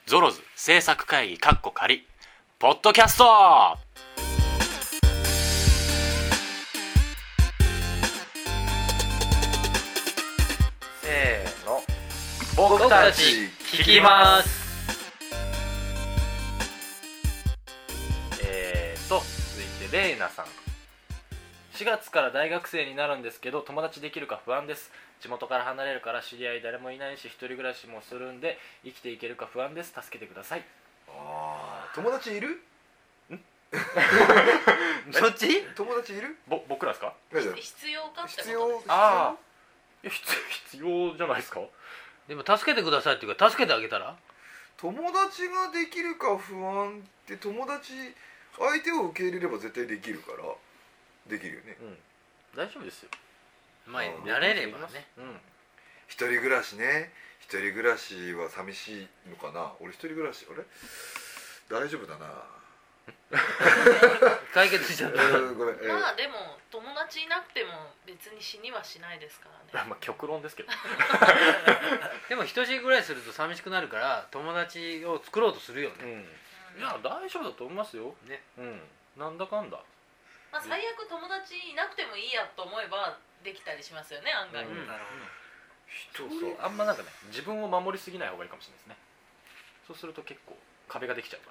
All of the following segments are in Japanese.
ゾロズ制作会議仮ポッドキャスト。せーの、僕たち聞きます。続いてレイナさん。4月から大学生になるんですけど、友達できるか不安です。地元から離れるから知り合い誰もいないし、一人暮らしもするんで生きていけるか不安です。助けてください。 友達いる？ そっち？ 友達いる？ 僕らですか？ 必要かってことです。 必要？ いや必要じゃないですか。 でも助けてくださいっていうか、助けてあげたら？ 友達ができるか不安って友達相手を受け入れれば絶対できるからできるよね。 大丈夫ですよ。 まあ慣れればね。 一人暮らしね。一人暮らしは寂しいのかな。俺一人暮らし大丈夫だな。 解決しちゃった。 ごめん。 まあでも友達いなくても別に死にはしないですからね。 まあ極論ですけど。 でも一人暮らしすると寂しくなるから友達を作ろうとするよね。 いや大丈夫だと思いますよね。なんだかんだ、 まあ、最悪友達いなくてもいいやと思えばできたりしますよね、案外。 そうあんまなんかね、自分を守りすぎない方がいいかもしれないですね。そうすると結構壁ができちゃうから。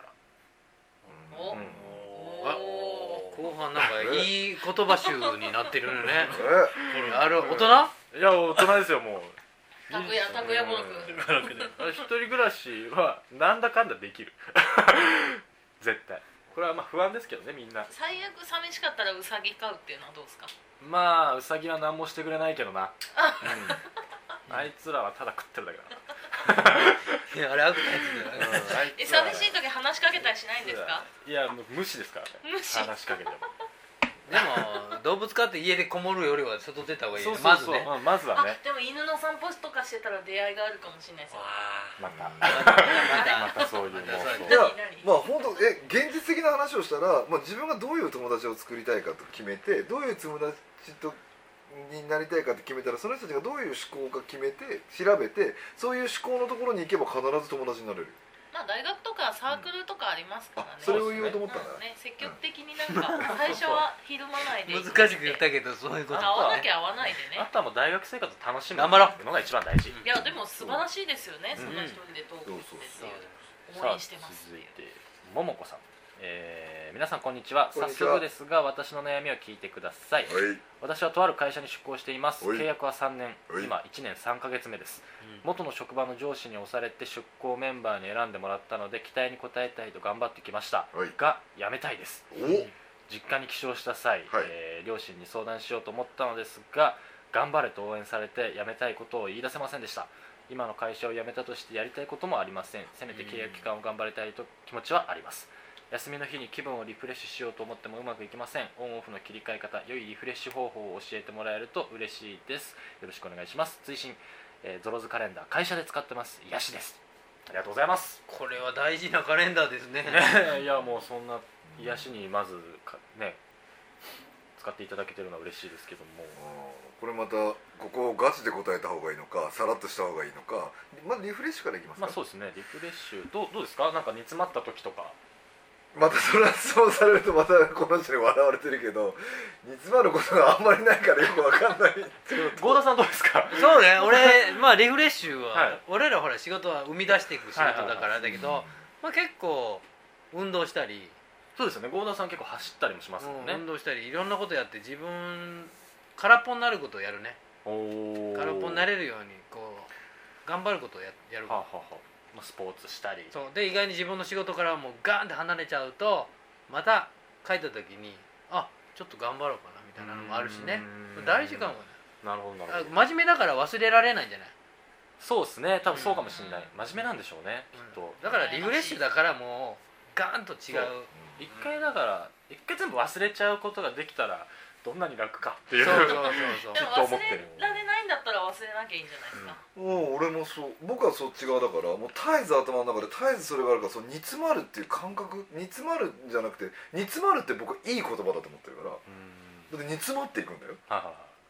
後半なんかいい言葉集になってるよね。大人？ いや大人ですよ。もうたくや語録。 一人暮らしはなんだかんだできる。絶対。これはまあ不安ですけどね、みんな。 最悪寂しかったらウサギ飼うっていうのはどうですか？ まあウサギは何もしてくれないけどな。あいつらはただ食ってるだけだ。 いや、あれ悪なやつだよ。 寂しい時話しかけたりしないんですか？ いやもう無視ですからね。 無視。 話しかけても。 でも動物飼って家でこもるよりは外出た方がいいね。 まずね。まずはね。 でも犬の散歩とかしてたら出会いがあるかもしれないですよ。 またそういうの。 いやまあ本当現実的な話をしたら、まあ、自分がどういう友達を作りたいかと決めて、どういう友達になりたいかって決めたら、その人たちがどういう思考か決めて調べて、そういう思考のところに行けば必ず友達になれる。 まあ大学とかサークルとかありますからね。 それを言おうと思ったんだね。積極的になんか最初はひるまないで難しく言ったけど、そういうこと。 合わなきゃ合わないでね。 あとはもう大学生活を楽しむ頑張ろうのが一番大事。 いやでも素晴らしいですよね。そんな一人でトークしてっていう。応援してます。 続いてももこさん。皆さんこんにちは。早速ですが私の悩みを聞いてください。私はとある会社に出向しています。契約は3年、今1年3ヶ月目です。元の職場の上司に押されて出向メンバーに選んでもらったので期待に応えたいと頑張ってきましたが、辞めたいです。実家に帰省した際、両親に相談しようと思ったのですが、頑張れと応援されて辞めたいことを言い出せませんでした。今の会社を辞めたとしてやりたいこともありません。せめて契約期間を頑張りたいと気持ちはあります。休みの日に気分をリフレッシュしようと思ってもうまくいきません。オンオフの切り替え方、良いリフレッシュ方法を教えてもらえると嬉しいです。よろしくお願いします。追伸、ゾロズカレンダー会社で使ってます。癒しです。ありがとうございます。 これは大事なカレンダーですね。 いやもうそんな癒しにまずね使っていただけてるのは嬉しいですけども、 これまたここをガチで答えた方がいいのか、さらっとした方がいいのか、まずリフレッシュからいきますか。 そうですね。リフレッシュどうですか？なんか煮詰まった時とか。 またそれはそうされるとまたこの人に笑われてるけど、煮詰まることがあんまりないからよくわかんない。 郷田さんどうですか？ そうね、俺まあリフレッシュは、俺らほら仕事は生み出していく仕事だからだけど、まあ結構運動したり。 そうですよね。郷田さん結構走ったりもしますもんね。 運動したりいろんなことやって自分空っぽになることをやるね。空っぽになれるようにこう頑張ることをやる。 スポーツしたり。 そうで、意外に自分の仕事からもうガーンって離れちゃうと、また帰った時にちょっと頑張ろうかなみたいなのもあるしね。大事かもね。 なるほど。 真面目だから忘れられないんじゃない？ そうですね。多分そうかもしれない。真面目なんでしょうね、きっと。 だからリフレッシュだからもうガーンと違う。 一回全部忘れちゃうことができたらどんなに楽かっていう。 でも忘れられないんだったら忘れなきゃいいんじゃないですか。 俺もそう。僕はそっち側だから、もう絶えず頭の中で絶えずそれがあるから、その煮詰まるっていう感覚、煮詰まるんじゃなくて、煮詰まるって僕はいい言葉だと思ってるから。だって煮詰まっていくんだよ。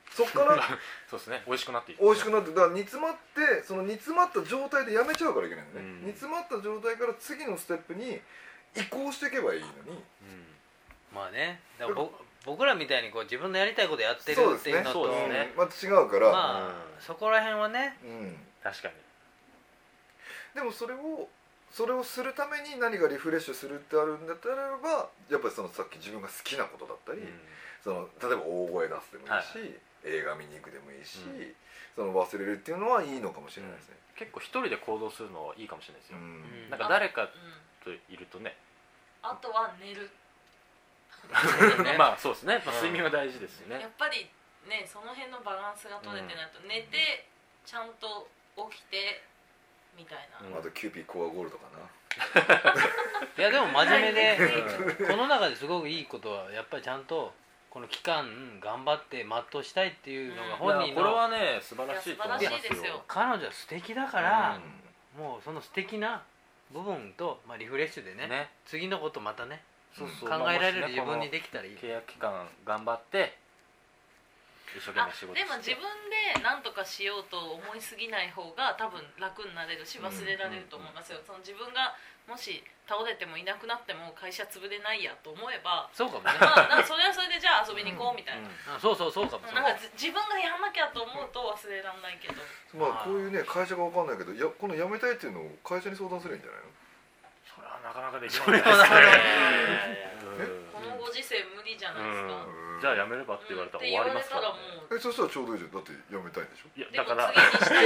そっからそうですね、美味しくなっていく、 美味しくなってだから煮詰まってその煮詰まった状態でやめちゃうからいけないんだね、煮詰まった状態から次のステップに移行していけばいいのに、 まあね、だから僕らみたいにこう自分のやりたいことやってるっていうのとまた違うから、 まあそこら辺はね、 確かに。 でもそれをするために何かリフレッシュするってあるんだったらばやっぱりそのさっき自分が好きなことだったり、その例えば大声出すでもいいし、映画見に行くでもいいし、その忘れるっていうのはいいのかもしれないですね、 結構一人で行動するのはいいかもしれないですよ、なんか誰かといるとね、 あとは寝るまあそうですね、睡眠は大事ですよね。 やっぱりね、その辺のバランスが取れてないと、寝てちゃんと起きてみたいな、 あとキューピーコアゴールドかな。 いやでも真面目でこの中ですごくいいことはやっぱりちゃんとこの期間頑張って全うしたいっていうのが本人の、 これはね素晴らしいと思いますよ。 いや素晴らしいですよ。 彼女は素敵だから、もうその素敵な部分と、リフレッシュでね次のことまたね考えられる自分にできたらいい。 契約期間頑張って一生懸命仕事して、 でも自分で何とかしようと思いすぎない方が多分楽になれるし忘れられると思いますよ、その自分がもし倒れてもいなくなっても会社潰れないやと思えば、 そうかもねなんかそれはそれでじゃあ遊びに行こうみたいな、 そうかも。 なんか自分がやんなきゃと思うと忘れられないけど、 こういうね会社が分かんないけどこの辞めたいっていうのを会社に相談すればいいんじゃないの。 それはなかなかできないですね。 このご時世無理じゃないですか、 じゃあ辞めればって言われたら終わりますからね。 そしたらちょうどいいじゃん。だって辞めたいんでしょ。 いやだから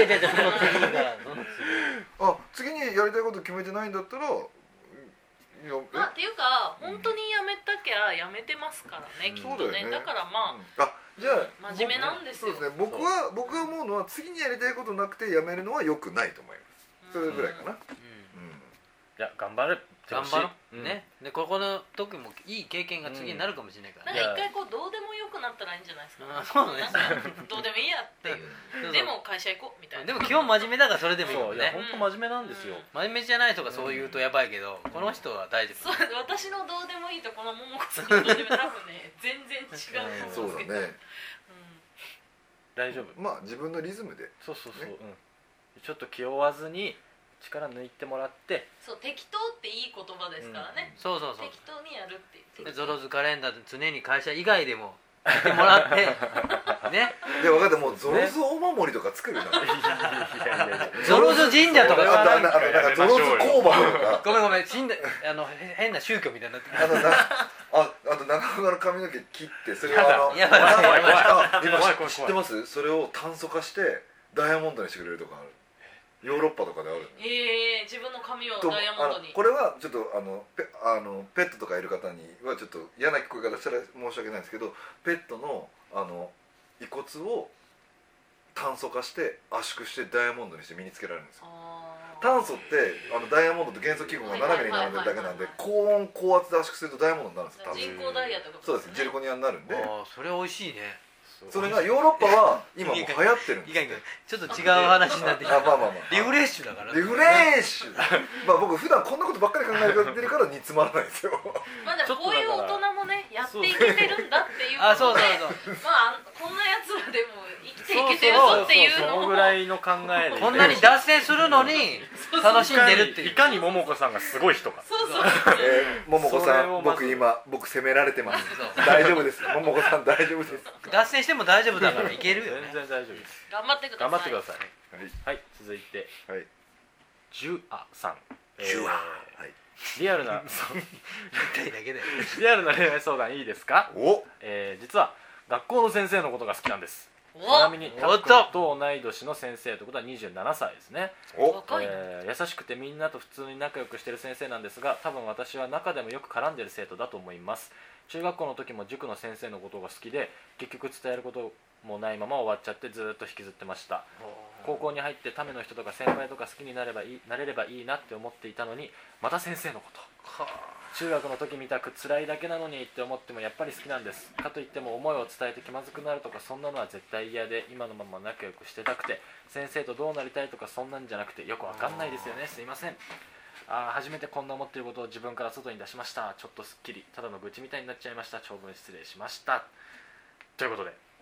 次にやりたいこと決めてないんだったらっていうか本当に辞めたきゃ辞めてますからね、きっとね。だからじゃあ真面目なんですよ。 そうですね。僕は思うのは次にやりたいことなくて辞めるのは良くないと思います。それぐらいかな。 いや頑張ろうね。でここの時もいい経験が次になるかもしれないから。 なんか一回どうでもよくなったらいいんじゃないですか。 そうね。 どうでもいいやっていう。でも会社行こうみたいな。 でも基本真面目だからそれでもいいもんね。 本当真面目なんですよ。 真面目じゃない人がそう言うとやばいけど、この人は大丈夫。 私のどうでもいいとこの桃子さんのどうでも多分ね全然違うと思うんですけど。 そうだね。 大丈夫。 自分のリズムで。 そう。ちょっと気負わずに力抜いてもらって。 そう、適当っていい言葉ですからね。 そう適当にやるっていう。 ゾロズカレンダーで常に会社以外でもやってもらってね。 で分かった、もうゾロズお守りとか作るな。 ゾロズ神社とかゾロズ工場とか。 ごめん変な宗教みたいになってる。 あと長岡の髪の毛切ってそれを今知ってます？それを炭素化してダイヤモンドにしてくれるとかある。ヨーロッパとかである。 自分の髪をダイヤモンドに。 これはちょっとペットとかいる方にはちょっと嫌な聞こえ方したら申し訳ないんですけど、ペットの遺骨を炭素化して圧縮してダイヤモンドにして身につけられるんですよ。炭素ってダイヤモンドと元素記号が斜めに並んでるだけなんで、高温高圧で圧縮するとダイヤモンドになるんですよ。 人工ダイヤとか。 そうです、ジルコニアになるんで。 それ美味しいね。 それがヨーロッパは今もう流行ってるんです。 ちょっと違う話になってきた。リフレッシュだから。 リフレッシュ。僕普段こんなことばっかり考えてるから煮詰まらないんですよ。 でもこういう大人もねやっていけてるんだっていうそうこんなやつはでも生きていけてるぞっていうのを、 そのぐらいの考えでこんなに脱線するのに楽しんでるっていう。 いかに桃子さんがすごい人か。 桃子さん、僕責められてます。大丈夫です。桃子さん大丈夫です。 脱線しても大丈夫だからいけるよ。 全然大丈夫です。 頑張ってください。 頑張ってください。はい続いてジュアさん。リアルなリアルな恋愛相談いいですか？実は学校の先生のことが好きなんです。ちなみにたっくんと同い年の先生ということは27歳ですね。優しくてみんなと普通に仲良くしてる先生なんですが、多分私は中でもよく絡んでる生徒だと思います。中学校の時も塾の先生のことが好きで、結局伝えることもないまま終わっちゃってずっと引きずってました。高校に入ってための人とか先輩とか好きになれればいいなって思っていたのに、また先生のこと。中学の時みたく辛いだけなのにって思ってもやっぱり好きなんです。かといっても思いを伝えて気まずくなるとかそんなのは絶対嫌で、今のまま仲良くしてたくて、先生とどうなりたいとかそんなんじゃなくてよくわかんないですよね。すいません。初めてこんな思っていることを自分から外に出しました。ちょっとすっきり、ただの愚痴みたいになっちゃいました。長文失礼しました。ということで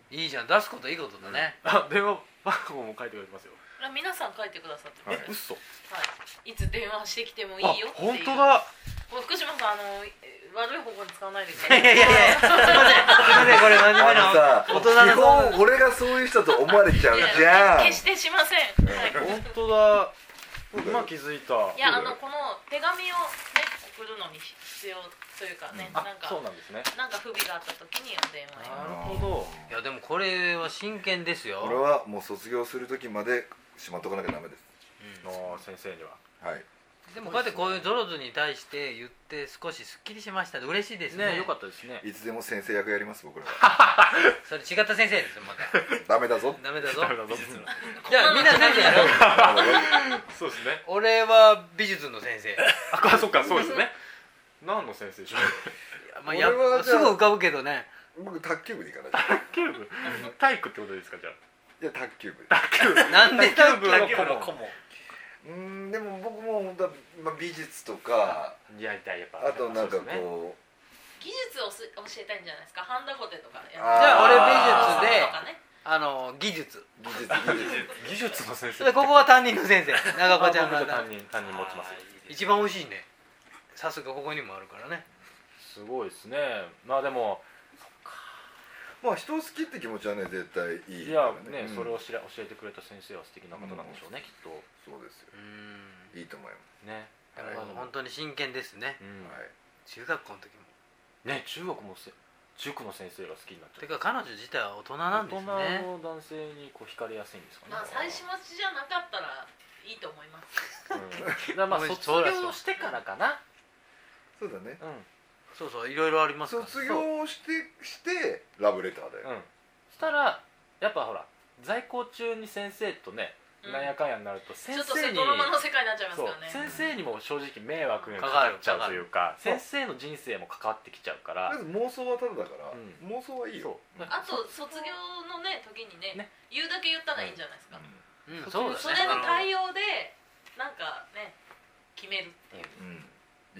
いいじゃん、出すこといいことだね。 電話番号も書いてくれてますよ。 皆さん書いてくださってます。 嘘。 はい。いつ電話してきてもいいよっていう。 本当だ。 もう福島さん悪い方向に使わないでください。 いやいやいや、すいませんこれ真面目なさ大人の基本俺がそういう人だと思われちゃうじゃん。 決してしません。はい。 本当だ。今気づいた。 いやこの手紙をね送るのに必要というかね、なんかそうなんですね。 なんか不備があった時にお電話に。 なるほど。 いやでもこれは真剣ですよ。 これはもう卒業する時までしまっとかなきゃダメです。 先生には。 はい。 でもこうやってこういうゾロズに対して言って少しすっきりしましたで嬉しいですね。 ね、よかったですね。 いつでも先生役やります僕らは。 それ違った先生ですよまた。 ダメだぞ。 ダメだぞ。 ダメだぞ。 じゃあみんな先生やろう。 そうですね。 俺は美術の先生。 あ、そっか、そうですね。何の先生でしょう。 まあ俺はすぐ浮かぶけどね。 僕卓球部に行かない。 卓球部、体育ってことですか、じゃあ。 いや卓球部。 なんで卓球部の卓球部の顧問。 でも僕も本当は美術とか、 やりたいやっぱ。 あとなんかこう技術を教えたいんじゃないですか。ハンダゴテとかやる。 じゃあ俺美術でとかね。 技術。 技術の先生。 でここは担任の先生。長子ちゃんが担任持ちます。 一番美味しいね。さすがここにもあるからね。 すごいですね。まあでも。 まあ人を好きって気持ちはね絶対いい。 いやね、それを教えてくれた先生は素敵な方なんでしょうね、きっと。 そうですよ。いいと思います。 ね。 本当に真剣ですね。 はい。 中学校の時も。 ね、中学も塾の先生が好きになっちゃう。 てか彼女自体は大人なんですね。 大人の男性にこう惹かれやすいんですかね。 まあ妻子待ちじゃなかったらいいと思います。 まあ卒業してからかな。 そうだね。 そうそういろいろありますから。 卒業してラブレターだよ。 そしたらやっぱほら在校中に先生とねなんやかんやになると先生にドラマの世界になっちゃいますからね。 先生にも正直迷惑がかかっちゃうというか、先生の人生も関わってきちゃうから。 まず妄想はただだから妄想はいいよ。 あと卒業のね時にね言うだけ言ったらいいんじゃないですか。それの対応でなんかね決めるっていう。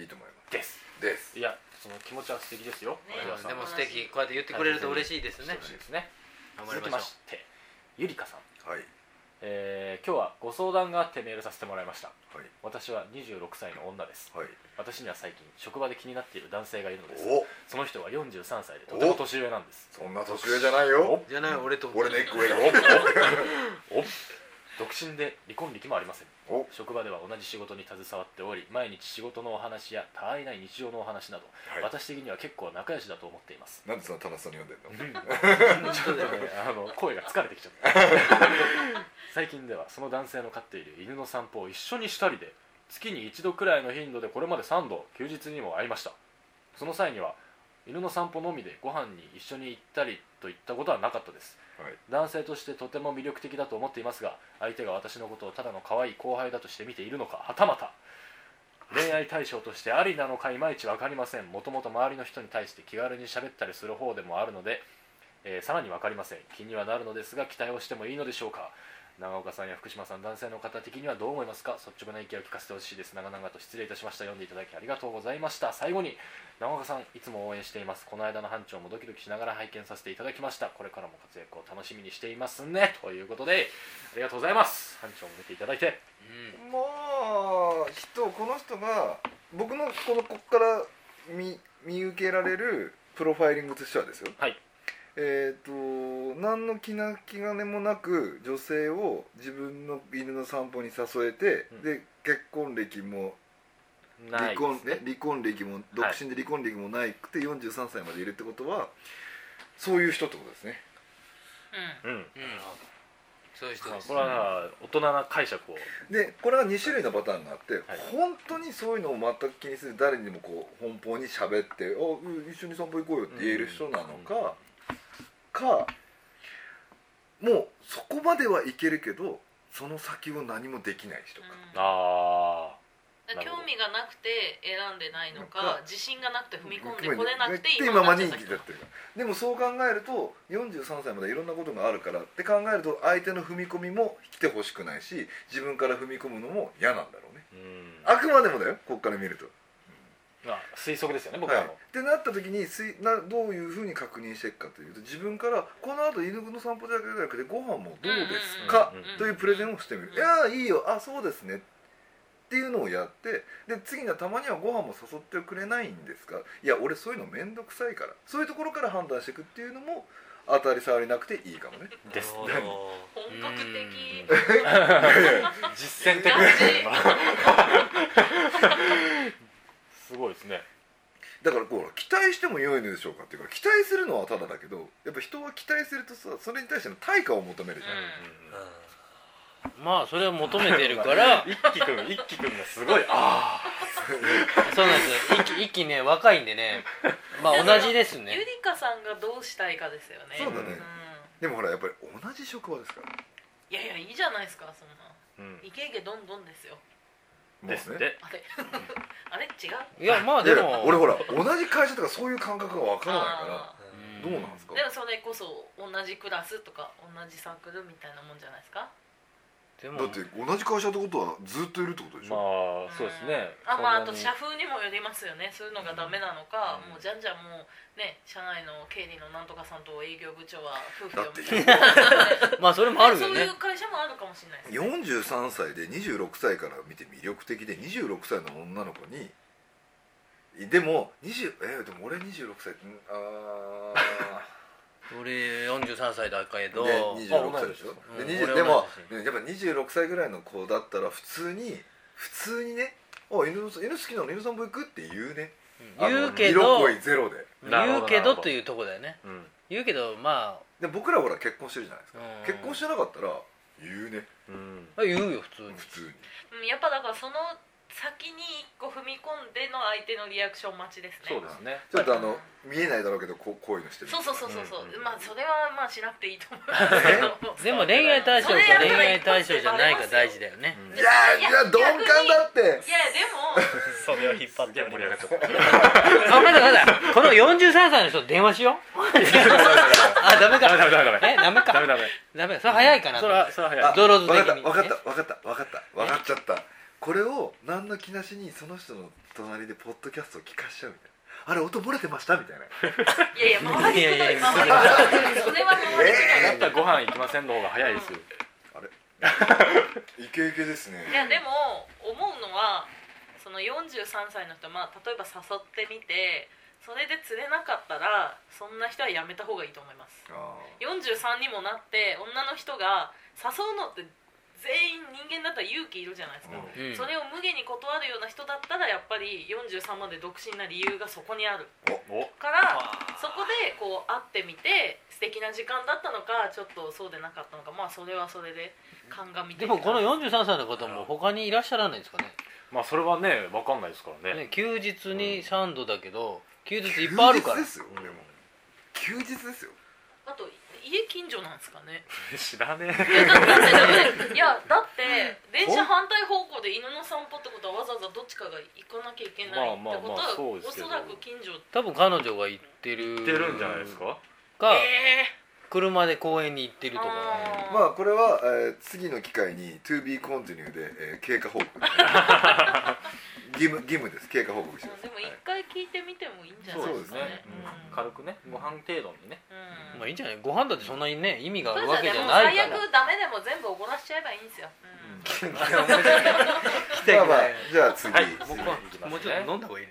いいと思います。です。 いやその気持ちは素敵ですよ。 でも素敵。こうやって言ってくれると嬉しいですね。 続きましてゆりかさん。 はい。 今日はご相談があってメールさせてもらいました。私は26歳の女です。私には最近職場で気になっている男性がいるのです。その人は43歳でとても年上なんです。 そんな年上じゃないよ。 じゃない俺の上だ。 独身で離婚歴もありません。職場では同じ仕事に携わっており、毎日仕事のお話やたわいない日常のお話など、私的には結構仲良しだと思っています。 なんでそんな楽しそうに読んでんの？ ちょっとね、声が疲れてきちゃった最近ではその男性の飼っている犬の散歩を一緒にしたりで、月に1度くらいの頻度でこれまで3度休日にも会いました。その際には犬の散歩のみでご飯に一緒に行ったりといったことはなかったです。男性としてとても魅力的だと思っていますが、相手が私のことをただの可愛い後輩だとして見ているのか、はたまた恋愛対象としてありなのかいまいち分かりません。もともと周りの人に対して気軽に喋ったりする方でもあるので、さらに分かりません。気にはなるのですが期待をしてもいいのでしょうか。長岡さんや福島さん、男性の方的にはどう思いますか。率直な意見を聞かせてほしいです。長々と失礼いたしました。読んでいただきありがとうございました。最後に長岡さん、いつも応援しています。この間の班長もドキドキしながら拝見させていただきました。これからも活躍を楽しみにしていますね、ということでありがとうございます。班長も見ていただいて、 まあこの人が僕のここから見受けられるプロファイリングとしてはですよ。何の気兼ねもなく女性を自分の犬の散歩に誘えて、で結婚歴も離婚歴も独身で離婚歴もなくて43歳までいるってことはそういう人ってことですね。 そういう人です。 これは大人な解釈を。 でこれは2種類のパターンがあって、本当にそういうのを全く気にせず誰にでもこう奔放に喋って「一緒に散歩行こうよ」って言える人なのか、もうそこまではいけるけどその先を何もできない人か。 興味がなくて選んでないのか、自信がなくて踏み込んでこれなくて今までに生きてるか。でもそう考えると43歳までいろんなことがあるからって考えると、相手の踏み込みも来てほしくないし、自分から踏み込むのも嫌なんだろうね。あくまでもだよ、ここから見ると。 推測ですよね僕らの、 ってなった時にどういうふうに確認していくかというと、自分からこの後犬の散歩だけじゃなくてご飯もどうですかというプレゼンをしてみる。いやいいよ、そうですねっていうのをやって、で次にはたまにはご飯も誘ってくれないんですか、いや俺そういうのめんどくさいから、そういうところから判断していくっていうのも当たり障りなくていいかもね。 ですね。 本格的。 実践的すごいですね。 だからこう期待しても良いのでしょうかっていうか、期待するのはただだけど、やっぱ人は期待するとさ、それに対しての対価を求めるじゃん、 まあそれを求めてるから一輝くんがすごいそうなんですよ。一輝ね若いんでね、まあ同じですね。 ゆりかさんがどうしたいかですよね。 そうだね、でもほらやっぱり同じ職場ですから。 いやいいじゃないですか、そんな、イケイケどんどんですよ。 ですね。 あれ違う。 いやまあでも俺ほら同じ会社とかそういう感覚が分からないから、どうなんですか。 でもそれこそ同じクラスとか同じサークルみたいなもんじゃないですか。 だって同じ会社ってことはずっといるってことでしょ。 まあそうですね。 あと社風にもよりますよね。そういうのがダメなのか、もうじゃんじゃんもうね、社内の経理のなんとかさんと営業部長は夫婦よみたいなまあそれもあるよね。 そういう会社もあるかもしれないですね。 43歳で26歳から見て魅力的で、26歳の女の子にでもでも俺26歳俺43歳だけどで26歳でしょ。でもやっぱ26歳ぐらいの子だったら普通にね、犬好きなの、犬散歩行くって言うね。 言うけど色恋ゼロで言うけどというとこだよね。言うけどまあで僕らほら結婚してるじゃないですか。結婚してなかったら言うね。 言うよ普通に。 やっぱだからその先に一個踏み込んでの相手のリアクション待ちですね。 そうですね。 ちょっと見えないだろうけどこういうのしてる。 そう、まあそれはまあしなくていいと思いますけど。 でも恋愛対象か恋愛対象じゃないか大事だよね。 いや鈍感だって。 いやでもそれを引っ張って盛り上がっちゃった。 まだこの43歳の人電話しよう。ダメか。ダメ。それ早いかな。 それは早い。 ドローズ的に。 分かっちゃった。これを何の気なしにその人の隣でポッドキャストを聞かしちゃうみたいな。あれ音漏れてましたみたいな。 いや回りくどいそれは回りくどい。 だったらご飯行きませんの方が早いですよ。 あれイケイケですね。 いやでも思うのはその43歳の人、例えば誘ってみてそれで釣れなかったらそんな人はやめた方がいいと思います。43にもなって女の人が誘うのって全員人間だったら勇気いるじゃないですか、それを無下に断るような人だったらやっぱり43まで独身な理由がそこにあるからそこでこう会ってみて素敵な時間だったのかちょっとそうでなかったのか、まあそれはそれで鑑みて。 でもこの43歳の方も他にいらっしゃらないんですかね。 まあそれはね分かんないですからね。 休日に3度だけど休日いっぱいあるから。 休日ですよ。でも休日ですよ。 あと家近所なんですかね。 知らねえ。 いやだって電車反対方向で犬の散歩ってことはわざわざどっちかが行かなきゃいけないってことはおそらく近所。 多分彼女が行ってるんじゃないですか。 車で公園に行ってるとか。 まあこれは次の機会に To be continue で経過報告。義務です。経過報告してください。 でも一回聞いてみてもいいんじゃないですかね。 軽くね、ご飯程度にね。 まあいいんじゃない。ご飯だってそんなにね意味があるわけじゃないから。 最悪ダメでも全部おごらしちゃえばいいんですよ。 まあじゃあ次。 もうちょっと飲んだ方がいいね。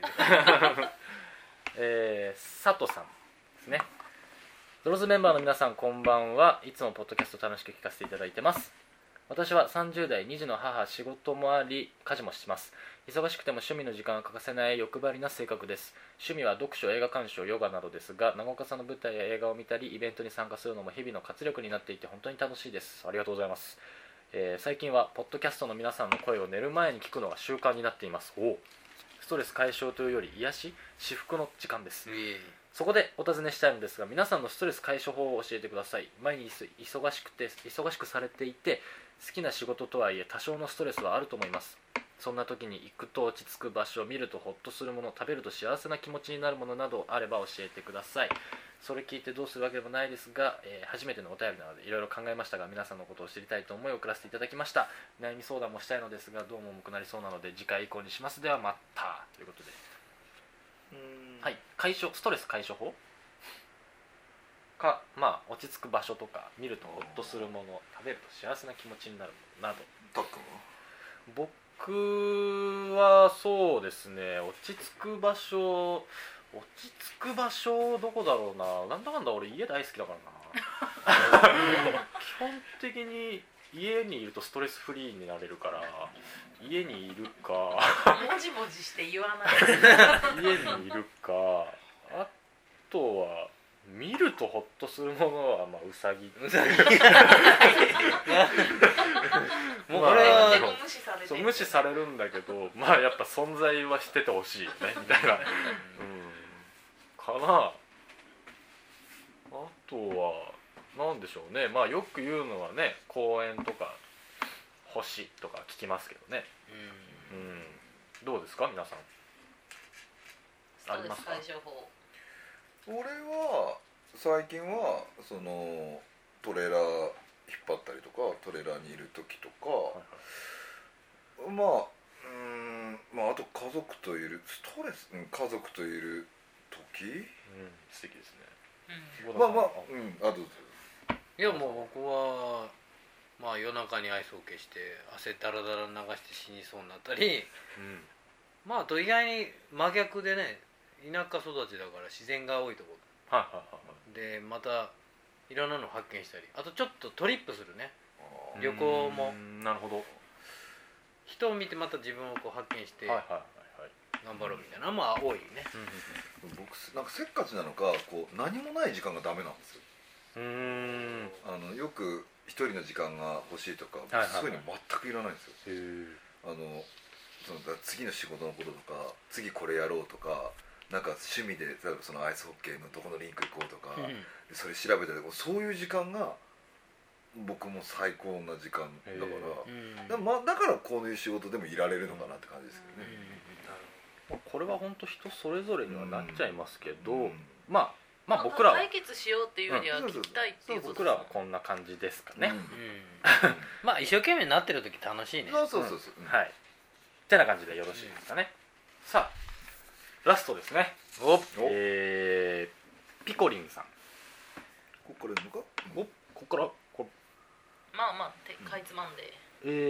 佐藤さんですね。ドローズメンバーの皆さんこんばんは。いつもポッドキャスト楽しく聞かせていただいてます。私は30代2児の母、仕事もあり家事もします。忙しくても趣味の時間が欠かせない欲張りな性格です。趣味は読書、映画鑑賞、ヨガなどですが、長岡さんの舞台や映画を見たりイベントに参加するのも日々の活力になっていて本当に楽しいです。ありがとうございます。最近はポッドキャストの皆さんの声を寝る前に聞くのが習慣になっています。ストレス解消というより癒し、至福の時間です。そこでお尋ねしたいのですが、皆さんのストレス解消法を教えてください。毎日忙しくされていて好きな仕事とはいえ多少のストレスはあると思います。そんな時に行くと落ち着く場所、見るとホッとするもの、食べると幸せな気持ちになるものなどあれば教えてください。それ聞いてどうするわけでもないですが、初めてのお便りなのでいろいろ考えましたが、皆さんのことを知りたいと思い送らせていただきました。悩み相談もしたいのですがどうも重くなりそうなので次回以降にします。ではまたということで、 はい、ストレス解消法か、まあ落ち着く場所とか、見るとホッとするもの、食べると幸せな気持ちになるものなど。 たっくんは？ 僕はそうですね、落ち着く場所どこだろうな。なんだかんだ俺家大好きだからな基本的に家にいるとストレスフリーになれるから、家にいるかもじもじして言わない家にいるか、あとは見るとホッとするものはまあウサギもうこれはでも無視されてそう無視されるんだけど、まあやっぱ存在はしててほしいよねみたいな、かな。あとはなんでしょうね、まあよく言うのはね、公園とか星とか聞きますけどね。どうですか皆さん？ ストレス解消法。 俺は最近はそのトレーラー引っ張ったりとか、トレーラーにいる時とか、まああと家族といる家族といる時、 素敵ですね。 まああといやもう僕はまあ夜中にアイスを消して汗だらだら流して死にそうになったり、まあと意外に真逆でね、田舎育ちだから自然が多いところで、またいろんなの発見したり、あとちょっとトリップするね、旅行も。 なるほど。 人を見てまた自分をこう発見して頑張ろうみたいなのも多いね。 僕なんかせっかちなのか、こう何もない時間がダメなんですよ。よく一人の時間が欲しいとか、そういうの全くいらないんですよ。その次の仕事のこととか、次これやろうとか、なんか趣味で例えばそのアイスホッケーのどこのリンク行こうとか、それ調べたり、そういう時間が僕も最高な時間だから、だからこういう仕事でもいられるのかなって感じですけどね。 これは本当人それぞれにはなっちゃいますけど、まあ僕らは解決しようっていうよりは聞きたいっていうことですね。 僕らはこんな感じですかね。 まあ一生懸命なってる時楽しいね。 そうはい、ってな感じでよろしいですかね。さあラストですね。ピコリンさん、 ここからいるのか？ ここからまあかいつまんで。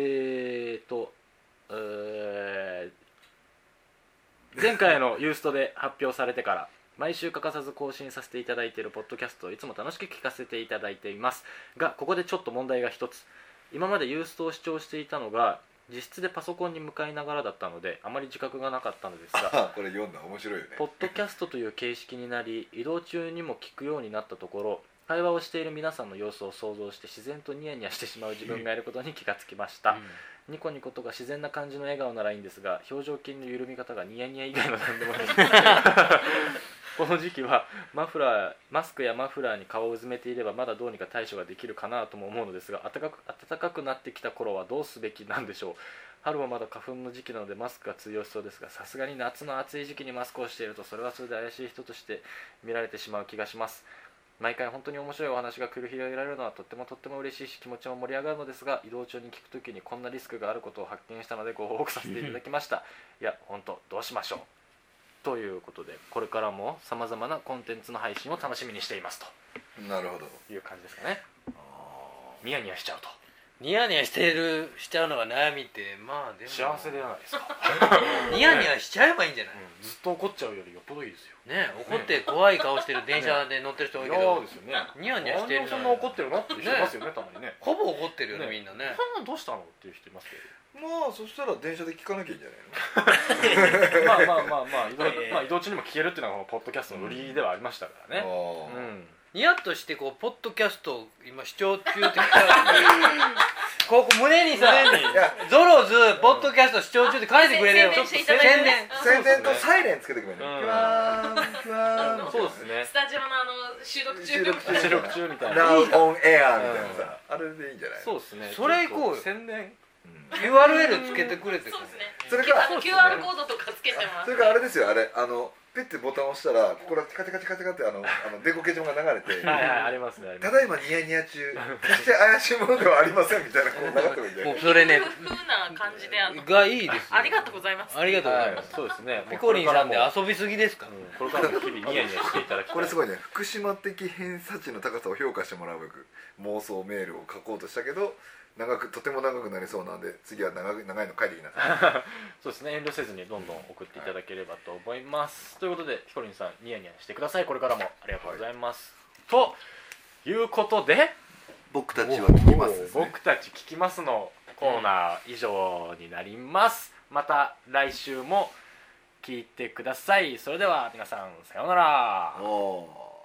前回のユーストで発表されてから毎週欠かさず更新させていただいているポッドキャストをいつも楽しく聞かせていただいていますが、ここでちょっと問題が一つ。今までユーストを視聴していたのが実質でパソコンに向かいながらだったので、あまり自覚がなかったのですがこれ読んだ面白いよね。 ポッドキャストという形式になり、移動中にも聞くようになったところ、会話をしている皆さんの様子を想像して自然とニヤニヤしてしまう自分がいることに気がつきました。ニコニコとか自然な感じの笑顔ならいいんですが、表情筋の緩み方がニヤニヤ以外の何でもないこの時期はマスクやマフラーに顔をうずめていればまだどうにか対処ができるかなとも思うのですが、暖かくなってきた頃はどうすべきなんでしょう。春もまだ花粉の時期なのでマスクが通用しそうですが、さすがに夏の暑い時期にマスクをしているとそれはそれで怪しい人として見られてしまう気がします。毎回本当に面白いお話が繰り広げられるのはとっても嬉しいし、気持ちも盛り上がるのですが、移動中に聞くときにこんなリスクがあることを発見したのでご報告させていただきましたいや本当どうしましょうということで、これからもさまざまなコンテンツの配信を楽しみにしていますと。 なるほど。 いう感じですかね。ニヤニヤしちゃうと。 ニヤニヤしちゃうのが悩みって、まあでも幸せではないですかニヤニヤしちゃえばいいんじゃない、 ずっと怒っちゃうよりよっぽどいいですよね。怒って怖い顔してる電車で乗ってる人多いけど、 ですよね、 ニヤニヤしてる。 そんな怒ってるなっていう人いますよね、たまにね。 ほぼ怒ってるよね、みんなね。 どうしたのっていう人いますけど、 まあそしたら電車で聞かなきゃいいんじゃないのまあ移動中にも聞けるっていうのがポッドキャストの売りではありましたからね。 ニヤッとしてこうポッドキャストを今視聴中ってここ胸にさゾロズポッドキャスト視聴中って書いてくれるよ。 宣伝とサイレンつけてくれるね。 そうですね。 スタジオの収録中みたいな。 Now on air みたいなさ、あれでいいんじゃない？ そうですね。 それ行こうよ。 宣伝。 URL つけてくれて。 そうですね。 それから QR コードとかつけてまそれからあれですよ、あれペッてボタンを押したらここからチカチカチカチカってデコケ状が流れてはいはいありますね。 ただいまニヤニヤ中決して怪しいものではありませんみたいなこう流れてるんでもうそれね風な感じでがいいですよ。 ありがとうございます。 ありがとうございます。 そうですね。 ピコリンさんで遊びすぎですか。 これからも日々ニヤニヤしていただきたい。 これすごいね、福島的偏差値の高さを評価してもらうべく妄想メールを書こうとしたけどとても長くなりそうなんで次は長いの書いてきなさいそうですね、遠慮せずにどんどん送っていただければと思います、ということでヒコリンさんニヤニヤしてください。これからもありがとうございます、ということで僕たちは聞きますですね。 僕たち聞きますのコーナー以上になります。また来週も聞いてください。それでは皆さんさようなら。